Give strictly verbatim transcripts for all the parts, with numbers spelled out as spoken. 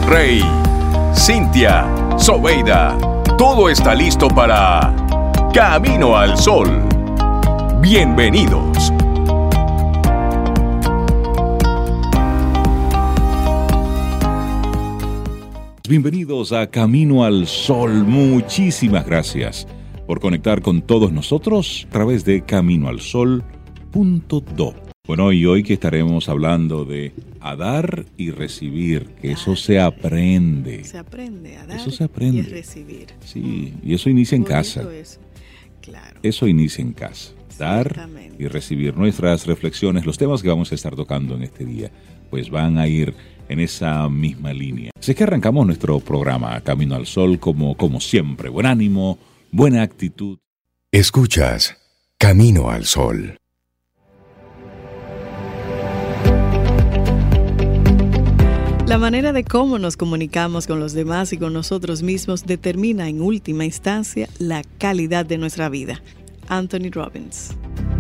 Rey, Cintia, Sobeida, todo está listo para Camino al Sol. Bienvenidos. Bienvenidos a Camino al Sol. Muchísimas gracias por conectar con todos nosotros a través de camino al sol punto do. Bueno, y hoy que estaremos hablando de a dar y recibir, que eso se aprende. Se aprende a dar eso se aprende. y a recibir. Sí, y eso inicia en Bonito casa. Eso. Claro. Eso inicia en casa. Dar y recibir. Nuestras reflexiones, los temas que vamos a estar tocando en este día, pues van a ir en esa misma línea. Así que arrancamos nuestro programa Camino al Sol como, como siempre. Buen ánimo, buena actitud. Escuchas Camino al Sol. La manera de cómo nos comunicamos con los demás y con nosotros mismos determina en última instancia la calidad de nuestra vida. Anthony Robbins.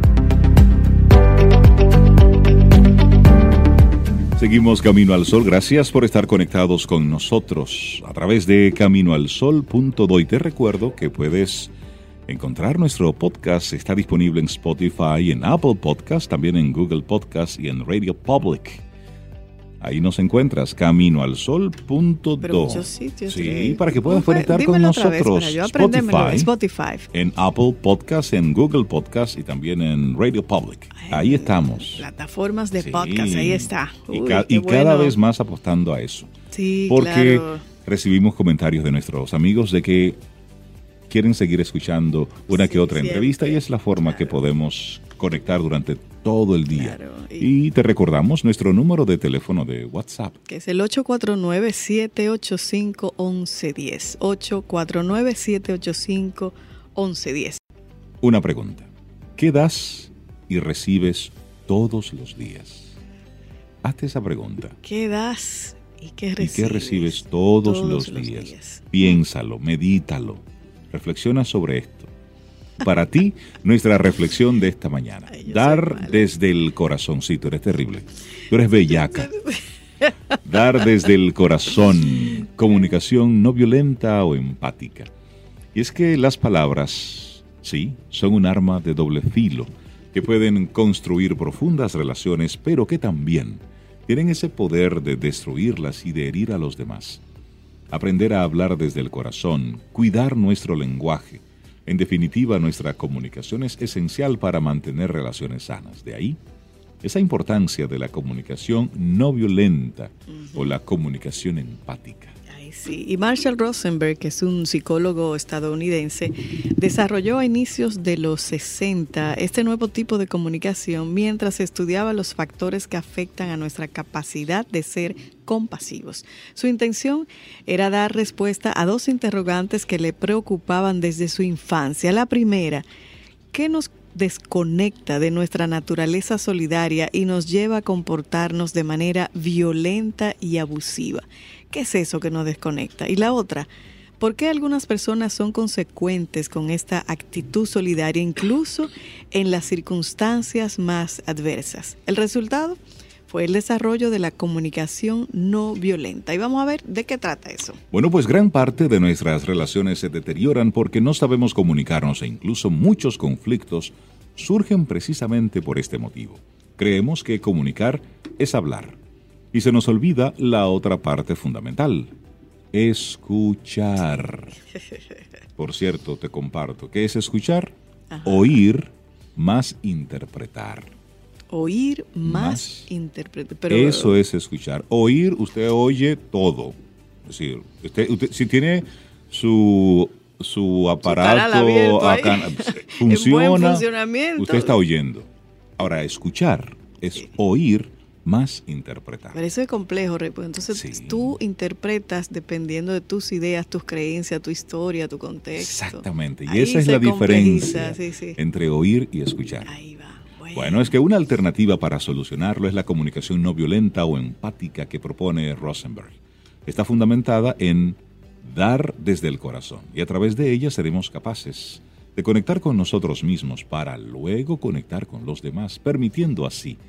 Seguimos Camino al Sol. Gracias por estar conectados con nosotros a través de camino al sol punto do. Y te recuerdo que puedes encontrar nuestro podcast. Está disponible en Spotify, en Apple Podcast, también en Google Podcast y en Radio Public. Ahí nos encuentras, camino al sol punto do. Sitios, sí, eh. para que puedas conectar Dímelo con otra nosotros. Vez para yo Spotify, Spotify. En Apple Podcast, en Google Podcast y también en Radio Public. Ahí estamos. Plataformas de sí. podcast, ahí está. Uy, y ca- y bueno. cada vez más apostando a eso. Sí, Porque claro. recibimos comentarios de nuestros amigos de que quieren seguir escuchando una sí, que otra siempre. entrevista y es la forma claro. que podemos conectar durante todo el día. Claro, y, y te recordamos nuestro número de teléfono de WhatsApp. Que es el ocho cuatro nueve, siete ocho cinco, uno uno uno cero. ocho cuatro nueve, siete ocho cinco, uno uno uno cero. Una pregunta. ¿Qué das y recibes todos los días? Hazte esa pregunta. ¿Qué das y qué recibes? ¿Y qué recibes todos, todos los, los días? días? Piénsalo, medítalo, reflexiona sobre esto. Para ti, nuestra reflexión de esta mañana. Ay, Dar desde el corazón. Sí, tú eres terrible. Tú eres bellaca. Dar desde el corazón. Comunicación no violenta o empática. Y es que las palabras, sí, son un arma de doble filo que pueden construir profundas relaciones, pero que también tienen ese poder de destruirlas y de herir a los demás. Aprender a hablar desde el corazón, cuidar nuestro lenguaje. En definitiva, nuestra comunicación es esencial para mantener relaciones sanas. De ahí, esa importancia de la comunicación no violenta uh-huh. o la comunicación empática. Ay, sí. Y Marshall Rosenberg, que es un psicólogo estadounidense, desarrolló a inicios de los sesenta este nuevo tipo de comunicación mientras estudiaba los factores que afectan a nuestra capacidad de ser compasivos. Su intención era dar respuesta a dos interrogantes que le preocupaban desde su infancia. La primera, ¿qué nos desconecta de nuestra naturaleza solidaria y nos lleva a comportarnos de manera violenta y abusiva? ¿Qué es eso que nos desconecta? Y la otra, ¿por qué algunas personas son consecuentes con esta actitud solidaria incluso en las circunstancias más adversas? El resultado fue el desarrollo de la comunicación no violenta. Y vamos a ver de qué trata eso. Bueno, pues gran parte de nuestras relaciones se deterioran porque no sabemos comunicarnos e incluso muchos conflictos surgen precisamente por este motivo. Creemos que comunicar es hablar y se nos olvida la otra parte fundamental, escuchar. Por cierto, te comparto, ¿qué es escuchar? Ajá. Oír más interpretar. Oír más, más interpretar. Pero... Eso es escuchar. Oír, usted oye todo. Es decir, usted, usted si tiene su, su aparato acá, funciona, en buen funcionamiento. Usted está oyendo. Ahora, escuchar es sí. oír más interpretar. Pero eso es complejo, Rey. Entonces sí. tú interpretas dependiendo de tus ideas, tus creencias, tu historia, tu contexto. Exactamente. Y Ahí esa es la diferencia sí, sí. entre oír y escuchar. Ahí va. Bueno. bueno, es que una alternativa para solucionarlo es la comunicación no violenta o empática que propone Rosenberg. Está fundamentada en dar desde el corazón y a través de ella seremos capaces de conectar con nosotros mismos para luego conectar con los demás, permitiendo así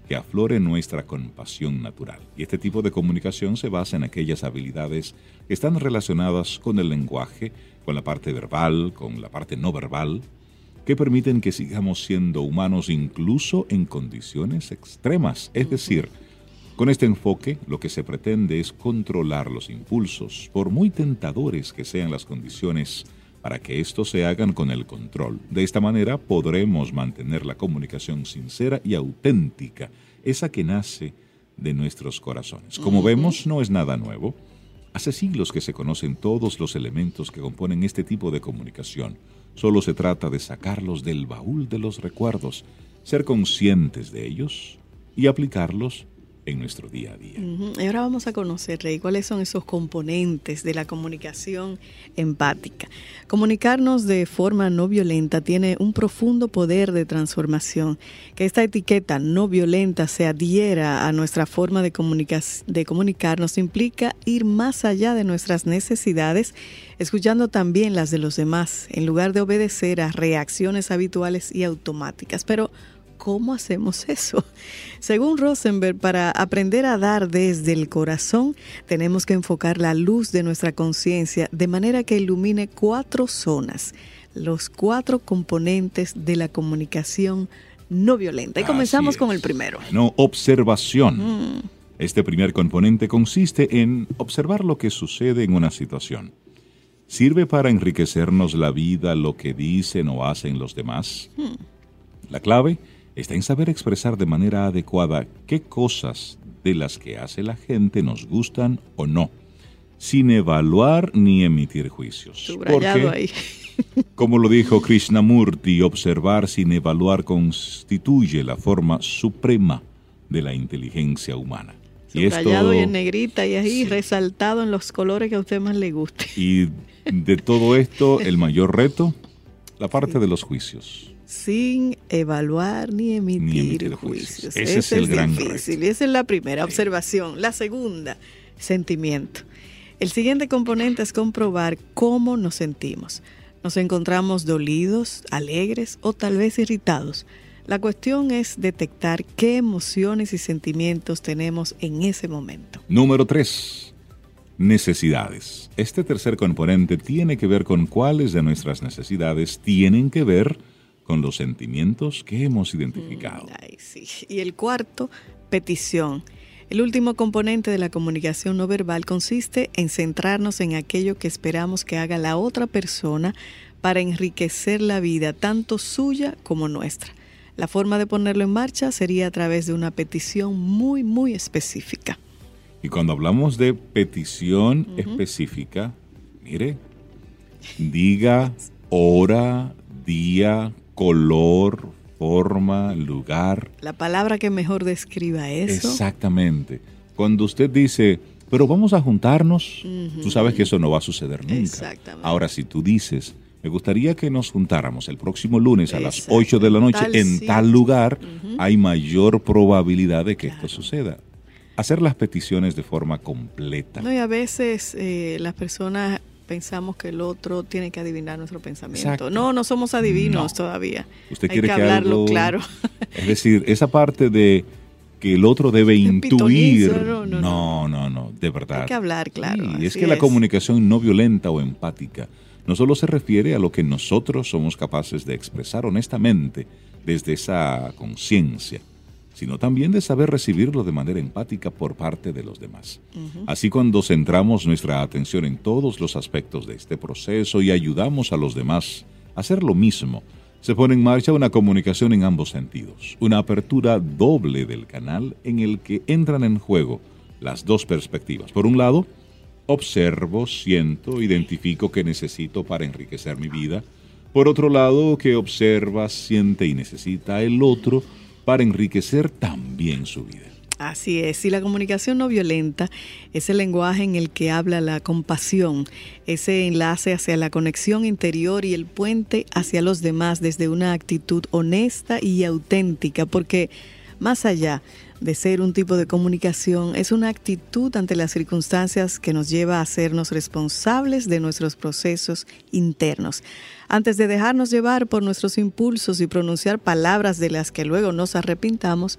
que aflore nuestra compasión natural. Y este tipo de comunicación se basa en aquellas habilidades que están relacionadas con el lenguaje, con la parte verbal, con la parte no verbal, que permiten que sigamos siendo humanos incluso en condiciones extremas. Es decir, con este enfoque lo que se pretende es controlar los impulsos, por muy tentadores que sean las condiciones, para que estos se hagan con el control. De esta manera podremos mantener la comunicación sincera y auténtica, esa que nace de nuestros corazones. Como uh-huh. vemos, no es nada nuevo. Hace siglos que se conocen todos los elementos que componen este tipo de comunicación. Solo se trata de sacarlos del baúl de los recuerdos, ser conscientes de ellos y aplicarlos en nuestro día a día. Uh-huh. Y ahora vamos a conocer, Rey, cuáles son esos componentes de la comunicación empática. Comunicarnos de forma no violenta tiene un profundo poder de transformación. Que esta etiqueta no violenta se adhiera a nuestra forma de, comunica- de comunicarnos implica ir más allá de nuestras necesidades, escuchando también las de los demás, en lugar de obedecer a reacciones habituales y automáticas. Pero ¿cómo hacemos eso? Según Rosenberg, para aprender a dar desde el corazón, tenemos que enfocar la luz de nuestra conciencia de manera que ilumine cuatro zonas, los cuatro componentes de la comunicación no violenta. Y comenzamos con el primero. No, observación. Mm. Este primer componente consiste en observar lo que sucede en una situación. ¿Sirve para enriquecernos la vida lo que dicen o hacen los demás? Mm. La clave está en saber expresar de manera adecuada qué cosas de las que hace la gente nos gustan o no, sin evaluar ni emitir juicios. Subrayado ahí. Como lo dijo Krishnamurti, observar sin evaluar constituye la forma suprema de la inteligencia humana. Subrayado y, esto, y en negrita y ahí sí. resaltado en los colores que a usted más le guste. Y de todo esto, el mayor reto, la parte sí. de los juicios. Sin evaluar ni emitir, ni emitir juicios. juicios. Ese, Ese es el es gran difícil. reto. Y esa es la primera sí. observación. La segunda, sentimiento. El siguiente componente es comprobar cómo nos sentimos. Nos encontramos dolidos, alegres o tal vez irritados. La cuestión es detectar qué emociones y sentimientos tenemos en ese momento. Número tres. Necesidades. Este tercer componente tiene que ver con cuáles de nuestras necesidades tienen que ver con los sentimientos que hemos identificado. Ay, sí. Y el cuarto, petición. El último componente de la comunicación no verbal consiste en centrarnos en aquello que esperamos que haga la otra persona para enriquecer la vida, tanto suya como nuestra. La forma de ponerlo en marcha sería a través de una petición muy, muy específica. Y cuando hablamos de petición uh-huh. específica, mire, diga hora, día, color, forma, lugar. La palabra que mejor describa eso. Exactamente. Cuando usted dice, pero vamos a juntarnos, uh-huh. tú sabes que eso no va a suceder nunca. Exactamente. Ahora, si tú dices, me gustaría que nos juntáramos el próximo lunes a las ocho de la noche tal en sitio. tal lugar, uh-huh. hay mayor probabilidad de que claro. esto suceda. Hacer las peticiones de forma completa. No, y a veces eh, las personas pensamos que el otro tiene que adivinar nuestro pensamiento. Exacto. No, no somos adivinos no. todavía. Usted Hay quiere que que hablarlo algo, claro. Es decir, esa parte de que el otro debe intuir. No no, no, no, no, de verdad. Hay que hablar, claro. Sí, es que es. la comunicación no violenta o empática no solo se refiere a lo que nosotros somos capaces de expresar honestamente desde esa conciencia, sino también de saber recibirlo de manera empática por parte de los demás. Uh-huh. Así, cuando centramos nuestra atención en todos los aspectos de este proceso y ayudamos a los demás a hacer lo mismo, se pone en marcha una comunicación en ambos sentidos, una apertura doble del canal en el que entran en juego las dos perspectivas. Por un lado, observo, siento, identifico qué necesito para enriquecer mi vida. Por otro lado, que observa, siente y necesita el otro para enriquecer también su vida. Así es, y la comunicación no violenta es el lenguaje en el que habla la compasión, ese enlace hacia la conexión interior y el puente hacia los demás desde una actitud honesta y auténtica, porque más allá de ser un tipo de comunicación, es una actitud ante las circunstancias que nos lleva a hacernos responsables de nuestros procesos internos. Antes de dejarnos llevar por nuestros impulsos y pronunciar palabras de las que luego nos arrepintamos,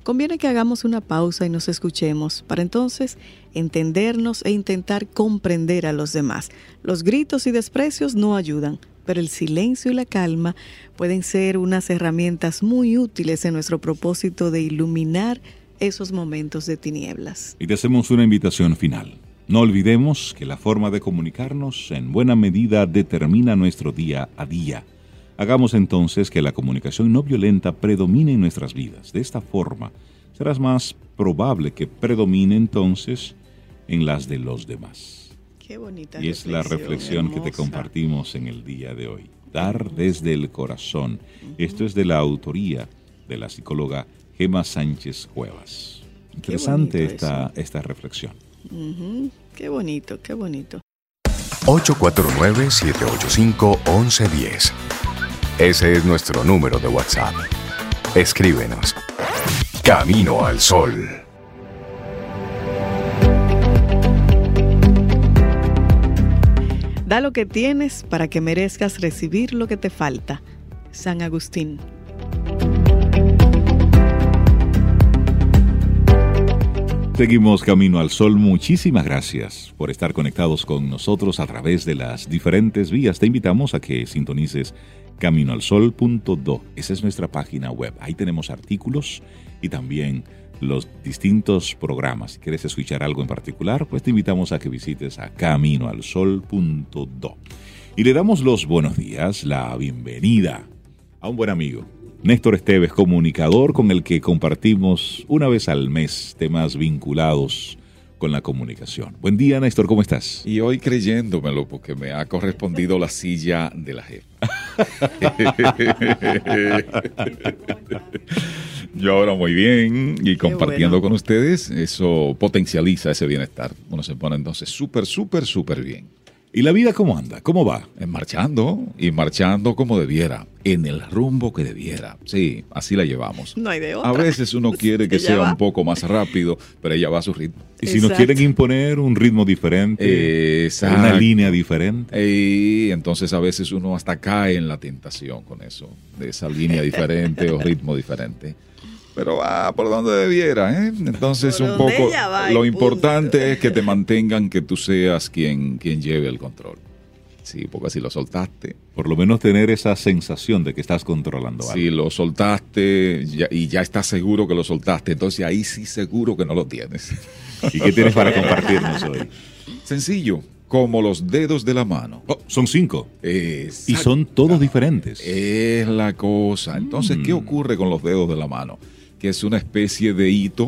conviene que hagamos una pausa y nos escuchemos para entonces entendernos e intentar comprender a los demás. Los gritos y desprecios no ayudan, pero el silencio y la calma pueden ser unas herramientas muy útiles en nuestro propósito de iluminar esos momentos de tinieblas. Y te hacemos una invitación final. No olvidemos que la forma de comunicarnos en buena medida determina nuestro día a día. Hagamos entonces que la comunicación no violenta predomine en nuestras vidas. De esta forma, será más probable que predomine entonces en las de los demás. Qué bonita y es la reflexión hermosa que te compartimos en el día de hoy. Dar desde el corazón. Uh-huh. Esto es de la autoría de la psicóloga Gema Sánchez Cuevas. Interesante esta, esta reflexión. Uh-huh. Qué bonito, qué bonito. ocho cuatro nueve, siete ocho cinco, uno uno uno cero. Ese es nuestro número de WhatsApp. Escríbenos. Camino al Sol. Da lo que tienes para que merezcas recibir lo que te falta. San Agustín. Seguimos Camino al Sol. Muchísimas gracias por estar conectados con nosotros a través de las diferentes vías. Te invitamos a que sintonices camino al sol punto do. Esa es nuestra página web. Ahí tenemos artículos y también los distintos programas. Si quieres escuchar algo en particular, pues te invitamos a que visites a camino al sol punto do. Y le damos los buenos días, la bienvenida a un buen amigo, Néstor Esteves, comunicador con el que compartimos una vez al mes temas vinculados con la comunicación. Buen día, Néstor, ¿cómo estás? Y hoy creyéndomelo porque me ha correspondido la silla de la jefa. Yo ahora muy bien y compartiendo bueno. con ustedes, eso potencializa ese bienestar. Uno se pone entonces súper, súper, súper bien. ¿Y la vida cómo anda? ¿Cómo va? Marchando, y marchando como debiera, en el rumbo que debiera. Sí, así la llevamos. No hay de otra. A veces uno quiere que sea va. un poco más rápido, pero ella va a su ritmo. Y si Exacto. nos quieren imponer un ritmo diferente, Exacto. una línea diferente. Y entonces a veces uno hasta cae en la tentación con eso, de esa línea diferente o ritmo diferente. Pero va por donde debiera, ¿eh? Entonces un poco va, lo importante punto. es que te mantengan que tú seas quien, quien lleve el control. Sí, porque si lo soltaste. Por lo menos tener esa sensación de que estás controlando algo. Si lo soltaste ya, y ya estás seguro que lo soltaste, entonces ahí sí seguro que no lo tienes. ¿Y qué tienes para compartirnos hoy? Sencillo. Como los dedos de la mano. Oh, son cinco. Exacto. Y son todos diferentes. Es la cosa. Entonces, mm. ¿qué ocurre con los dedos de la mano? Que es una especie de hito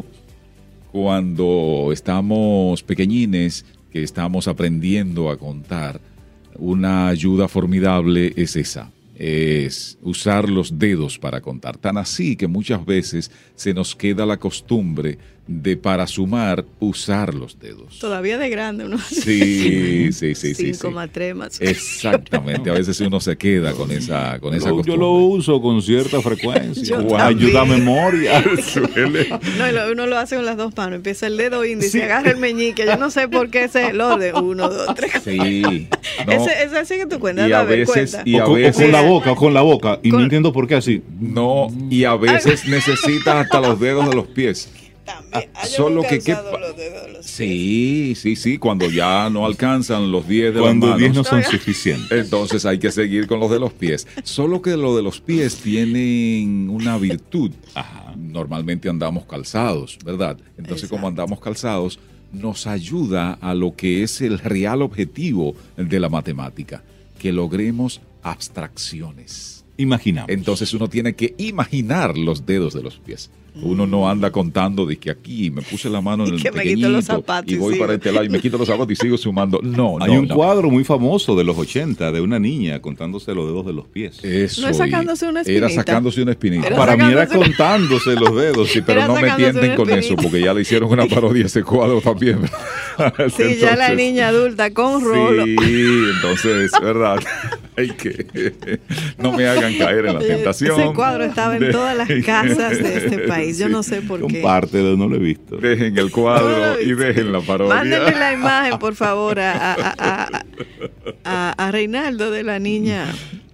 cuando estamos pequeñines, que estamos aprendiendo a contar. Una ayuda formidable es esa, es usar los dedos para contar. Tan así que muchas veces se nos queda la costumbre de para sumar usar los dedos. Todavía de grande uno. Sí, sí, sí, sí. cinco más tres más. Exactamente. A veces uno se queda con esa, con esa costumbre. Yo lo uso con cierta frecuencia. Wow. Ayuda a memoria. No, uno lo hace con las dos manos. Empieza el dedo índice, sí. agarra el meñique. Yo no sé por qué ese es el orden. Uno, dos, tres. Sí. No. Ese, ese así que tú cuentas. Y a veces, y a o, con, veces, o con la boca, o con la boca. Y con, no entiendo por qué así. No, y a veces necesitas hasta los dedos de los pies. También. Ah, Solo que qué pa- los dedos de los sí, sí, sí, cuando ya no alcanzan los diez de cuando las manos. diez no son suficientes. Entonces hay que seguir con los de los pies. Solo que los de los pies tienen una virtud. Ajá. Normalmente andamos calzados, ¿verdad? Entonces Exacto. como andamos calzados, nos ayuda a lo que es el real objetivo de la matemática, que logremos abstracciones. Imaginamos. Entonces uno tiene que imaginar los dedos de los pies. Uno no anda contando de que aquí me puse la mano en el pequeñito y voy y para este lado y me quito los zapatos y sigo sumando. No, no, Hay un no. cuadro muy famoso de los ochenta de una niña contándose los dedos de los pies. Eso. No es sacándose una espinita. Era sacándose una espinita. Era para mí era contándose los dedos. Sí, pero no me tienten con eso porque ya le hicieron una parodia a ese cuadro también. Sí, entonces, ya la niña adulta con rolo. Sí, entonces, ¿verdad? Hay que no me hagan caer en la tentación. Ese cuadro estaba en todas las casas de este país. Yo sí. no sé por qué. Compártelo, no lo he visto. Dejen el cuadro no y dejen la parodia. Mándenme la imagen, por favor, a, a, a, a, a, a Reinaldo de la niña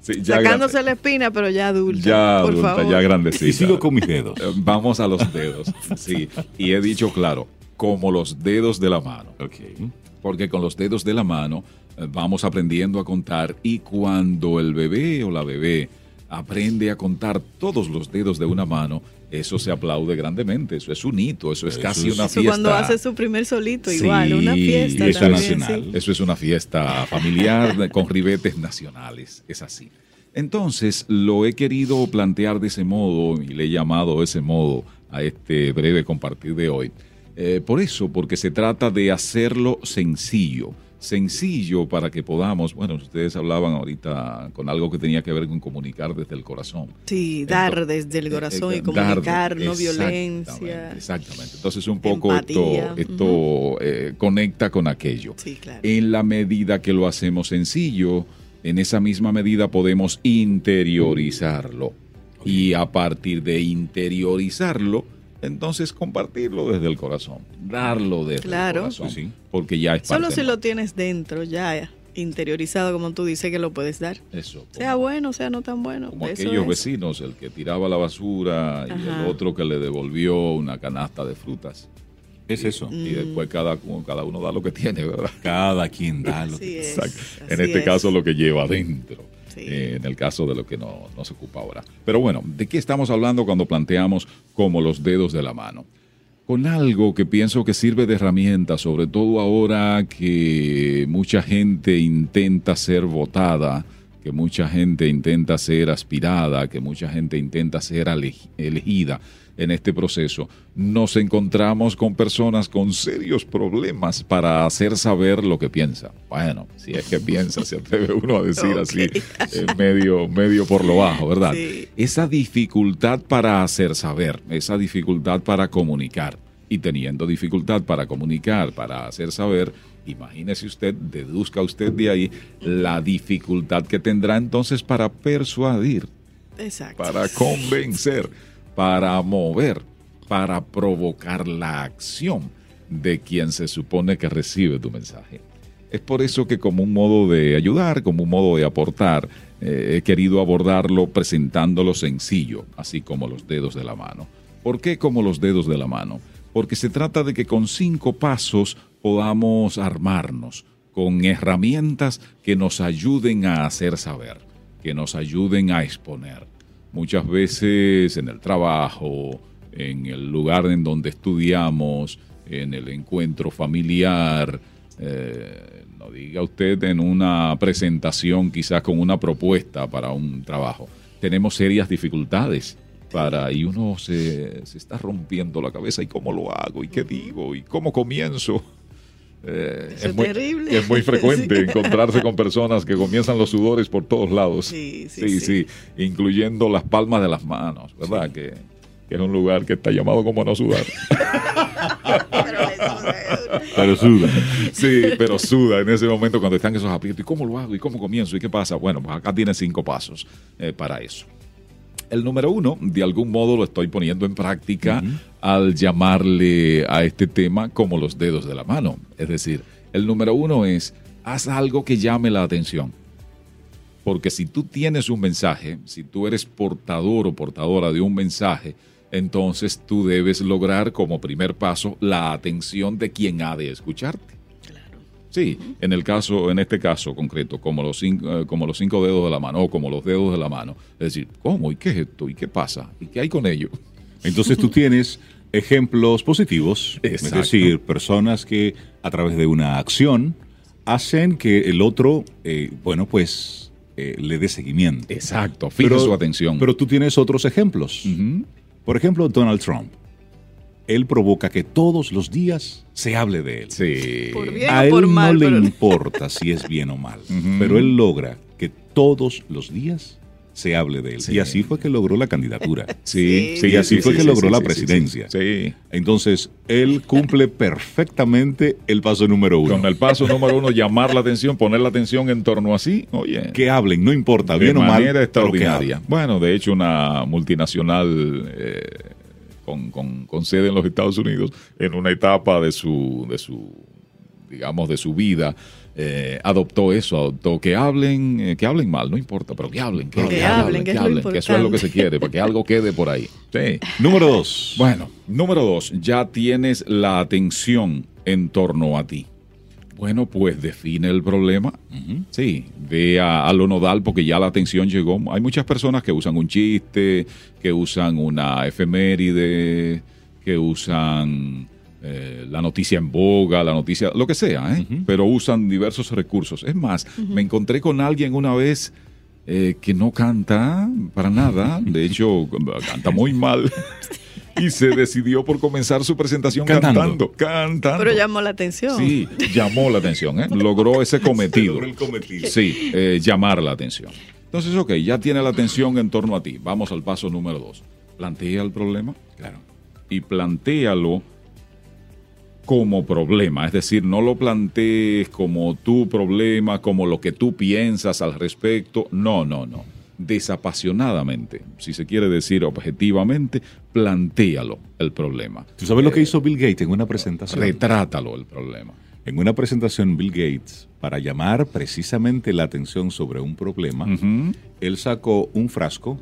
Sí, ya Sacándose grande. la espina, pero ya adulta. Ya por adulta, favor. ya grandecita. Y sigo con mis dedos. Eh, Vamos a los dedos. Sí. Y he dicho claro, como los dedos de la mano. Ok. Porque con los dedos de la mano eh, vamos aprendiendo a contar y cuando el bebé o la bebé aprende a contar todos los dedos de una mano, eso se aplaude grandemente. Eso es un hito, eso es Eso casi es- una Eso fiesta. cuando hace su primer solito, Sí, igual, una fiesta eso también. es nacional. sí. Eso es una fiesta familiar de- con ribetes nacionales. Es así. Entonces, lo he querido plantear de ese modo y le he llamado de ese modo a este breve compartir de hoy. Eh, por eso, porque se trata de hacerlo sencillo. Sencillo para que podamos, bueno, ustedes hablaban ahorita con algo que tenía que ver con comunicar desde el corazón. Sí, dar Entonces, desde el corazón eh, y eh, comunicar, dar, no exactamente, violencia. Exactamente. Entonces, un poco esto, Empatía, esto eh, conecta con aquello. Sí, claro. En la medida que lo hacemos sencillo, en esa misma medida podemos interiorizarlo. Y a partir de interiorizarlo, entonces compartirlo desde el corazón, darlo desde Claro. el corazón, Sí, sí. porque ya es Solo parte si de- lo tienes dentro, ya interiorizado, como tú dices, que lo puedes dar. Eso, Sea como- bueno, sea no tan bueno. como eso aquellos es. vecinos, el que tiraba la basura y Ajá. el otro que le devolvió una canasta de frutas. Es eso. Mm. Y después cada, cada uno da lo que tiene, ¿verdad? Cada quien da lo Así que... es, Exacto. En así este es. caso lo que lleva adentro. Sí. Eh, en el caso de lo que no, no se ocupa ahora. Pero bueno, ¿de qué estamos hablando cuando planteamos como los dedos de la mano? Con algo que pienso que sirve de herramienta, sobre todo ahora que mucha gente intenta ser votada, que mucha gente intenta ser aspirada, que mucha gente intenta ser elegi- elegida en este proceso, nos encontramos con personas con serios problemas para hacer saber lo que piensa. Bueno, si es que piensa, se atreve uno a decir Ok. así, eh, medio, medio por lo bajo, ¿verdad? Sí. Esa dificultad para hacer saber, esa dificultad para comunicar. Y teniendo dificultad para comunicar, para hacer saber, imagínese usted, deduzca usted de ahí la dificultad que tendrá entonces para persuadir, Exacto. para convencer, para mover, para provocar la acción de quien se supone que recibe tu mensaje. Es por eso que como un modo de ayudar, como un modo de aportar, eh, he querido abordarlo presentándolo sencillo, así como los dedos de la mano. ¿Por qué como los dedos de la mano? Porque se trata de que con cinco pasos podamos armarnos con herramientas que nos ayuden a hacer saber, que nos ayuden a exponer. Muchas veces en el trabajo, en el lugar en donde estudiamos, en el encuentro familiar, eh, no diga usted en una presentación quizás con una propuesta para un trabajo, tenemos serias dificultades para y uno se, se está rompiendo la cabeza y cómo lo hago y qué digo y cómo comienzo. Eh, Eso es muy, terrible. es muy frecuente Sí. encontrarse con personas que comienzan los sudores por todos lados. Sí, sí, sí, sí. sí, incluyendo las palmas de las manos, ¿verdad? Que, que es un lugar que está llamado como a no sudar. Pero suda. Sí, pero suda en ese momento cuando están esos aprietos. ¿Y cómo lo hago? ¿Y cómo comienzo? ¿Y qué pasa? Bueno, pues acá tiene cinco pasos eh, para eso. El número uno, de algún modo lo estoy poniendo en práctica Ujú. al llamarle a este tema como los dedos de la mano. Es decir, el número uno es, haz algo que llame la atención. Porque si tú tienes un mensaje, si tú eres portador o portadora de un mensaje, entonces tú debes lograr como primer paso la atención de quien ha de escucharte. Claro. Sí, en el caso, en este caso concreto, como los cinco, eh, como los cinco dedos de la mano o como los dedos de la mano. Es decir, ¿cómo? ¿Y qué es esto? ¿Y qué pasa? ¿Y qué hay con ello? Entonces tú tienes ejemplos positivos, Exacto. es decir, personas que a través de una acción hacen que el otro, eh, bueno, pues eh, le dé seguimiento. Exacto, fije su atención. Pero tú tienes otros ejemplos. Ujú. Por ejemplo, Donald Trump. Él provoca que todos los días se hable de él. Sí. Por bien. A o él por mal, no le pero- importa si es bien o mal, Ujú. pero él logra que todos los días se hable de él. Sí. Y así fue que logró la candidatura. Sí, Sí, sí, y así sí, fue sí, que sí, logró sí, la sí, presidencia. Sí, sí. Entonces, él cumple perfectamente el paso número uno. Con el paso número uno, llamar la atención, poner la atención en torno a sí, oye, Que hablen, no importa, de bien o mal. manera pero que extraordinaria. hablen. Bueno, de hecho, una multinacional eh, con, con- con sede en los Estados Unidos, en una etapa de su, de su digamos, de su vida, eh, adoptó eso, adoptó que hablen, eh, que hablen mal, no importa, pero que hablen, que, Que que hablen, hablen, que que es lo hablen, que eso es lo que se quiere, para que algo quede por ahí. Sí. Número dos. Bueno, número dos, ya tienes la atención en torno a ti. Bueno, pues define el problema. Ujú. Sí, ve a, a lo nodal porque ya la atención llegó. Hay muchas personas que usan un chiste, que usan una efeméride, que usan eh, la noticia en boga, la noticia, lo que sea, ¿eh? Ujú. Pero usan diversos recursos. Es más, me encontré con alguien una vez eh, que no canta para nada. De hecho, canta muy mal. Y se decidió por comenzar su presentación Cantando. cantando. Cantando. Pero llamó la atención. Sí, llamó la atención, ¿eh? Logró ese cometido. Logró el cometido. Sí, eh, llamar la atención. Entonces, ok, ya tiene la atención en torno a ti. Vamos al paso número dos. Plantea el problema. Claro. Y plantéalo como problema. Es decir, no lo plantees como tu problema, como lo que tú piensas al respecto. No, no, no. Desapasionadamente, si se quiere decir objetivamente, plantéalo el problema. ¿Tú sabes lo que hizo Bill Gates en una presentación? Retrátalo el problema. En una presentación, Bill Gates, para llamar precisamente la atención sobre un problema, Ujú. él sacó un frasco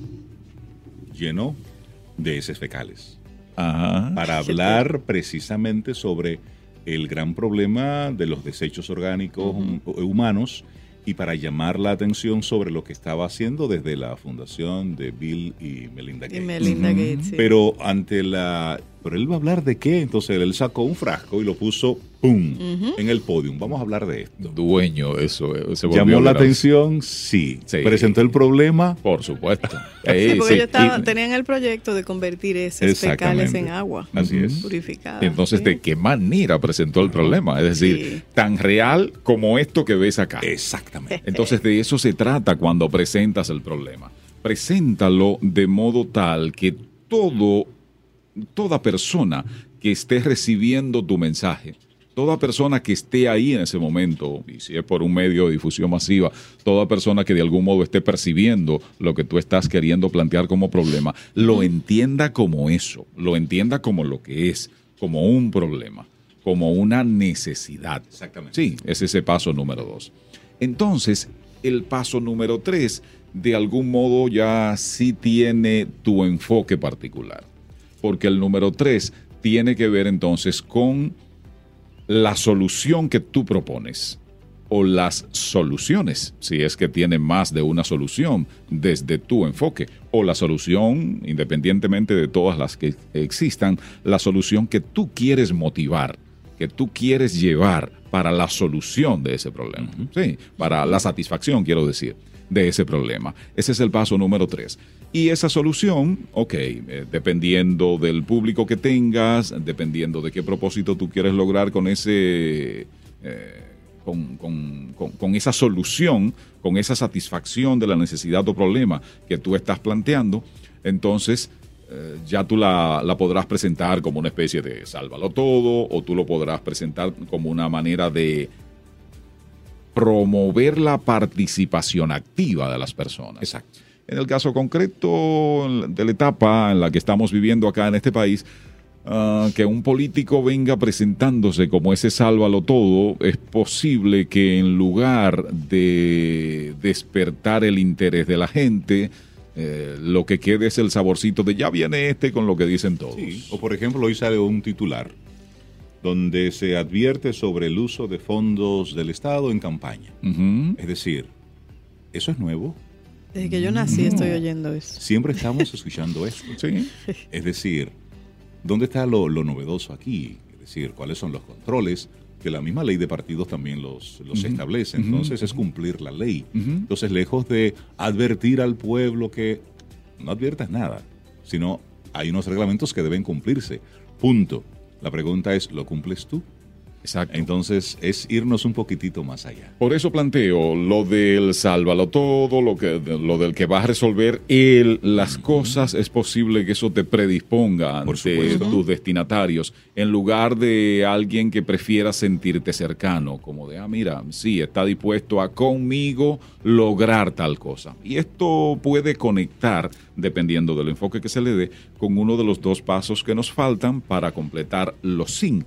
lleno de heces fecales Ajá. para hablar precisamente sobre el gran problema de los desechos orgánicos hum- humanos y para llamar la atención sobre lo que estaba haciendo desde la fundación de Bill y Melinda Y Gates. Melinda Ujú. Gates. Sí. Pero ante la... ¿Pero él va a hablar de qué? Entonces él sacó un frasco y lo puso, ¡pum!, Ujú. en el podium. Vamos a hablar de esto. Dueño, eso eh, se volvió ¿Llamó la viral. atención? Sí. Sí. ¿Presentó el problema? Por supuesto. Sí, Eh, porque sí. ellos estaban- Y- tenían el proyecto de convertir heces Exactamente. fecales en agua Así es. purificada. Entonces, sí. ¿de qué manera presentó el problema? Es decir, Sí. tan real como esto que ves acá. Exactamente. Entonces, de eso se trata cuando presentas el problema. Preséntalo de modo tal que todo, toda persona que esté recibiendo tu mensaje, toda persona que esté ahí en ese momento, y si es por un medio de difusión masiva, toda persona que de algún modo esté percibiendo lo que tú estás queriendo plantear como problema, lo entienda como eso, lo entienda como lo que es, como un problema, como una necesidad. Exactamente. Sí, es ese paso número dos. Entonces, el paso número tres, de algún modo ya sí tiene tu enfoque particular. Porque el número tres tiene que ver entonces con la solución que tú propones o las soluciones, si es que tiene más de una solución desde tu enfoque, o la solución, independientemente de todas las que existan, la solución que tú quieres motivar, que tú quieres llevar para la solución de ese problema. Sí, para la satisfacción, quiero decir, de ese problema. Ese es el paso número tres. Y esa solución, ok, eh, dependiendo del público que tengas, dependiendo de qué propósito tú quieres lograr con ese... eh, Con, con, con, con esa solución, con esa satisfacción de la necesidad o problema que tú estás planteando, entonces eh, ya tú la, la podrás presentar como una especie de sálvalo todo, o tú lo podrás presentar como una manera de promover la participación activa de las personas. Exacto. En el caso concreto de la etapa en la que estamos viviendo acá en este país, Uh, que un político venga presentándose como ese sálvalo todo, es posible que en lugar de despertar el interés de la gente, eh, lo que quede es el saborcito de ya viene este con lo que dicen todos. Sí. O por ejemplo, hoy sale un titular donde se advierte sobre el uso de fondos del Estado en campaña. Ujú. Es decir, ¿eso es nuevo? Desde que yo nací estoy oyendo eso. Siempre estamos escuchando esto. Sí. Es decir, ¿dónde está lo, lo novedoso aquí? Es decir, ¿cuáles son los controles? Que la misma ley de partidos también los, los Ujú. establece. Ujú. Entonces es cumplir la ley. Ujú. Entonces, lejos de advertir al pueblo que no adviertas nada, sino hay unos reglamentos que deben cumplirse. Punto. La pregunta es, ¿lo cumples tú? Exacto. Entonces es irnos un poquitito más allá. Por eso planteo lo del sálvalo todo, lo, que, lo del que va a resolver él las cosas. Es posible que eso te predisponga Por ante supuesto. tus destinatarios, en lugar de alguien que prefiera sentirte cercano, como de, ah, mira, sí, está dispuesto a conmigo lograr tal cosa. Y esto puede conectar, dependiendo del enfoque que se le dé, con uno de los dos pasos que nos faltan para completar los cinco,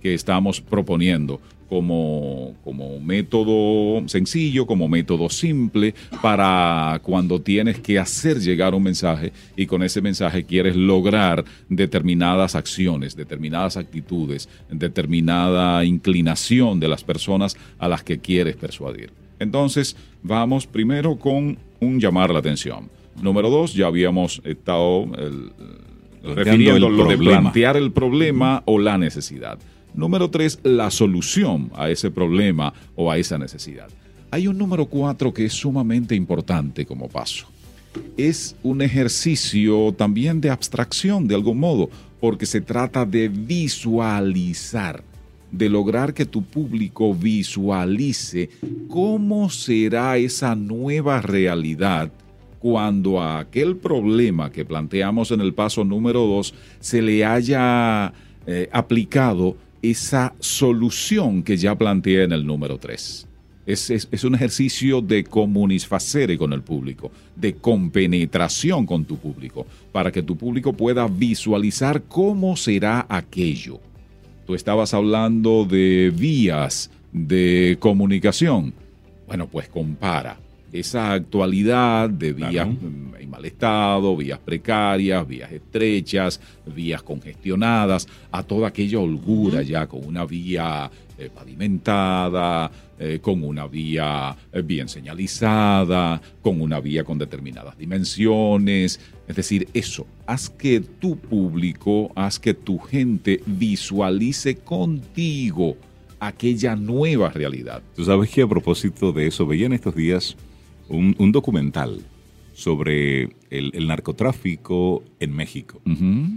que estamos proponiendo como, como método sencillo, como método simple para cuando tienes que hacer llegar un mensaje y con ese mensaje quieres lograr determinadas acciones, determinadas actitudes, determinada inclinación de las personas a las que quieres persuadir. Entonces, vamos primero con un llamar la atención. Número dos, ya habíamos estado el, refiriendo lo de plantear el problema o la necesidad. Número tres, la solución a ese problema o a esa necesidad. Hay un número cuatro que es sumamente importante como paso. Es un ejercicio también de abstracción de algún modo, porque se trata de visualizar, de lograr que tu público visualice cómo será esa nueva realidad cuando a aquel problema que planteamos en el paso número dos se le haya eh, aplicado esa solución que ya planteé en el número tres. Es, es, es un ejercicio de comunisfacere con el público, de compenetración con tu público, para que tu público pueda visualizar cómo será aquello. Tú estabas hablando de vías de comunicación. Bueno, pues compara esa actualidad de vías claro. en mal estado, vías precarias, vías estrechas, vías congestionadas, a toda aquella holgura uh-huh. ya con una vía eh, pavimentada, eh, con una vía eh, bien señalizada, con una vía con determinadas dimensiones. Es decir, eso, haz que tu público, haz que tu gente visualice contigo aquella nueva realidad. Tú sabes que a propósito de eso, veía en estos días Un, un documental sobre el, el narcotráfico en México. Uh-huh.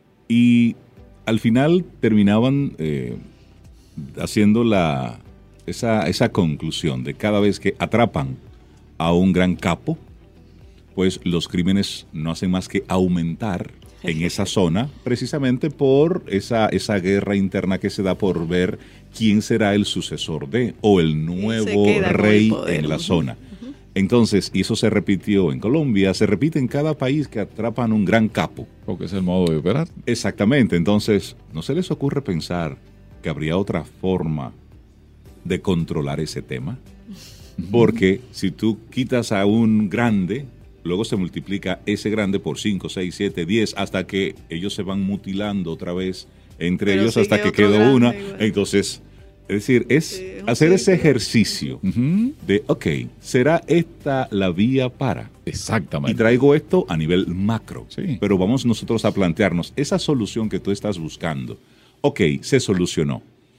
Y al final terminaban eh, haciendo la, esa, esa conclusión de cada vez que atrapan a un gran capo, pues los crímenes no hacen más que aumentar en esa zona, precisamente por esa, esa guerra interna que se da por ver quién será el sucesor de, o el nuevo rey en la zona. Entonces, y eso se repitió en Colombia, se repite en cada país que atrapan un gran capo. Porque es el modo de operar. Exactamente. Entonces, ¿no se les ocurre pensar que habría otra forma de controlar ese tema? Porque si tú quitas a un grande, luego se multiplica ese grande por cinco, seis, siete, diez, hasta que ellos se van mutilando otra vez entre Pero ellos hasta que queda una. Igual. Entonces... Es decir, es sí, hacer sí, ese ejercicio uh-huh. de, ok, ¿será esta la vía para? Exactamente. Y traigo esto a nivel macro, sí. pero vamos nosotros a plantearnos esa solución que tú estás buscando. Ok, se solucionó.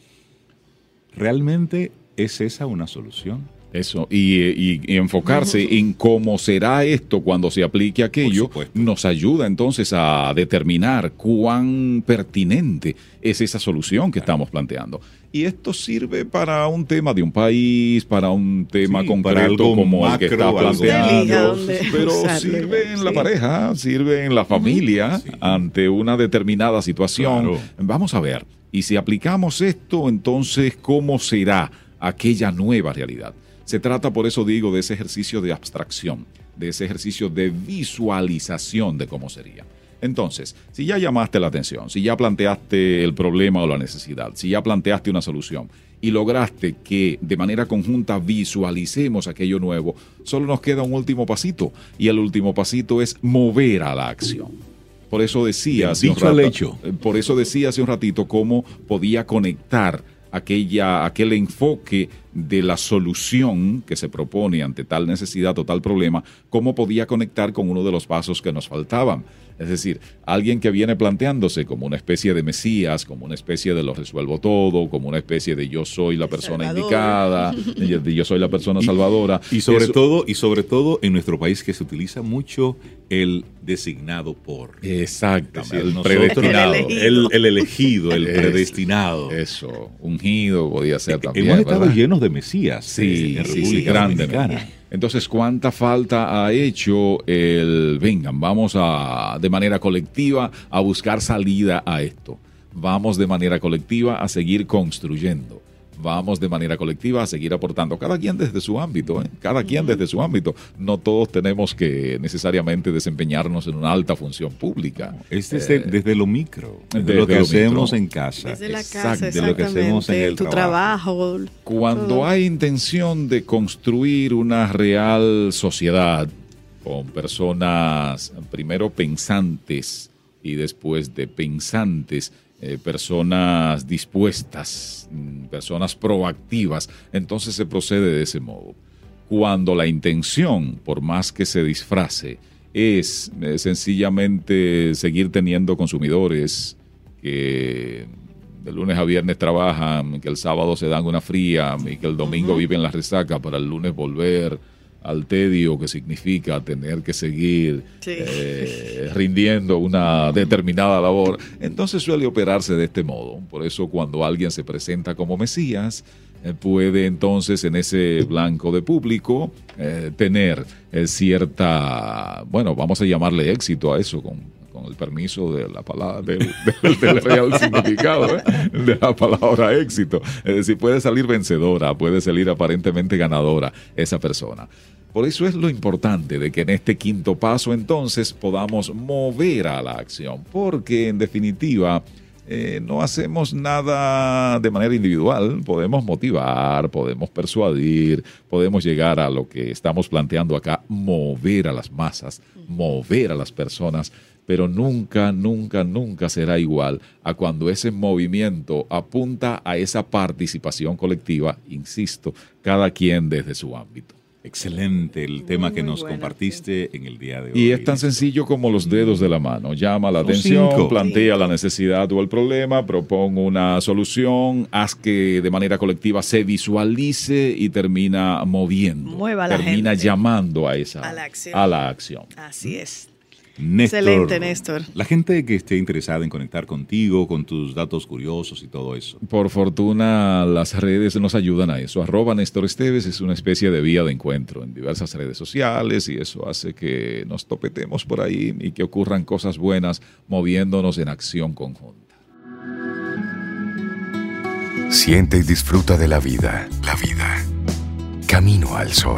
¿Realmente es esa una solución? Eso, y, y, y enfocarse uh-huh. en cómo será esto cuando se aplique aquello, nos ayuda entonces a determinar cuán pertinente es esa solución que estamos planteando. Y esto sirve para un tema de un país, para un tema sí, concreto como macro, el que está planteando, pero sirve en la pareja, sirve en la familia, sí. ante una determinada situación. Claro. Vamos a ver, y si aplicamos esto, entonces, ¿cómo será aquella nueva realidad? Se trata, por eso digo, de ese ejercicio de abstracción, de ese ejercicio de visualización de cómo sería. Entonces, si ya llamaste la atención, si ya planteaste el problema o la necesidad, si ya planteaste una solución y lograste que de manera conjunta visualicemos aquello nuevo, solo nos queda un último pasito, y el último pasito es mover a la acción. Por eso decía, hace un rato, por eso decía hace un ratito cómo podía conectar aquella, aquel enfoque de la solución que se propone ante tal necesidad o tal problema, cómo podía conectar con uno de los pasos que nos faltaban. Es decir, alguien que viene planteándose como una especie de Mesías, como una especie de lo resuelvo todo, como una especie de yo soy la persona Salvador. indicada, de yo soy la persona y, salvadora. Y sobre, Eso, todo, y sobre todo en nuestro país, que se utiliza mucho el designado por. Exactamente, el predestinado. El, el, el elegido, el es, predestinado. Eso, ungido podía ser también. Hemos estado ¿verdad? llenos de Mesías sí, en sí, República sí, grande, Dominicana. Entonces, ¿cuánta falta ha hecho el vengan? Vamos a, de manera colectiva a buscar salida a esto. Vamos de manera colectiva a seguir construyendo. vamos de manera colectiva a seguir aportando, cada quien desde su ámbito, ¿eh? cada quien desde su ámbito. No todos tenemos que necesariamente desempeñarnos en una alta función pública. Es desde, eh, desde lo micro, desde, desde lo que lo hacemos micro. en casa. Desde la Exacto. casa, de lo que hacemos en el tu trabajo. trabajo. Cuando todo. hay intención de construir una real sociedad con personas primero pensantes y después de pensantes, eh, personas dispuestas, personas proactivas, entonces se procede de ese modo. Cuando la intención, por más que se disfrace, es eh, sencillamente seguir teniendo consumidores que de lunes a viernes trabajan, que el sábado se dan una fría y que el domingo uh-huh. viven la resaca para el lunes volver al tedio que significa tener que seguir sí. eh, rindiendo una determinada labor, entonces suele operarse de este modo. Por eso cuando alguien se presenta como Mesías, eh, puede entonces en ese blanco de público eh, tener eh, cierta, bueno, vamos a llamarle éxito a eso con con el permiso de la palabra, del, del, del real significado, ¿eh? de la palabra éxito. Es decir, puede salir vencedora, puede salir aparentemente ganadora esa persona. Por eso es lo importante de que en este quinto paso entonces podamos mover a la acción, porque en definitiva eh, no hacemos nada de manera individual, podemos motivar, podemos persuadir, podemos llegar a lo que estamos planteando acá, mover a las masas, mover a las personas, pero nunca, nunca, nunca será igual a cuando ese movimiento apunta a esa participación colectiva, insisto, cada quien desde su ámbito. Excelente el tema Muy que nos bueno, compartiste sí. en el día de hoy. Y es tan sencillo como los dedos de la mano. Llama la Son atención, cinco. plantea la necesidad o el problema, proponga una solución, haz que de manera colectiva se visualice y termina moviendo. Mueva a la termina gente. llamando a esa A la acción. a la acción. Así es. Néstor, Excelente, Néstor. La gente que esté interesada en conectar contigo, con tus datos curiosos y todo eso. Por fortuna, las redes nos ayudan a eso. Arroba Néstor Esteves es una especie de vía de encuentro en diversas redes sociales y eso hace que nos topetemos por ahí y que ocurran cosas buenas moviéndonos en acción conjunta. Siente y disfruta de la vida. La vida. Camino al sol.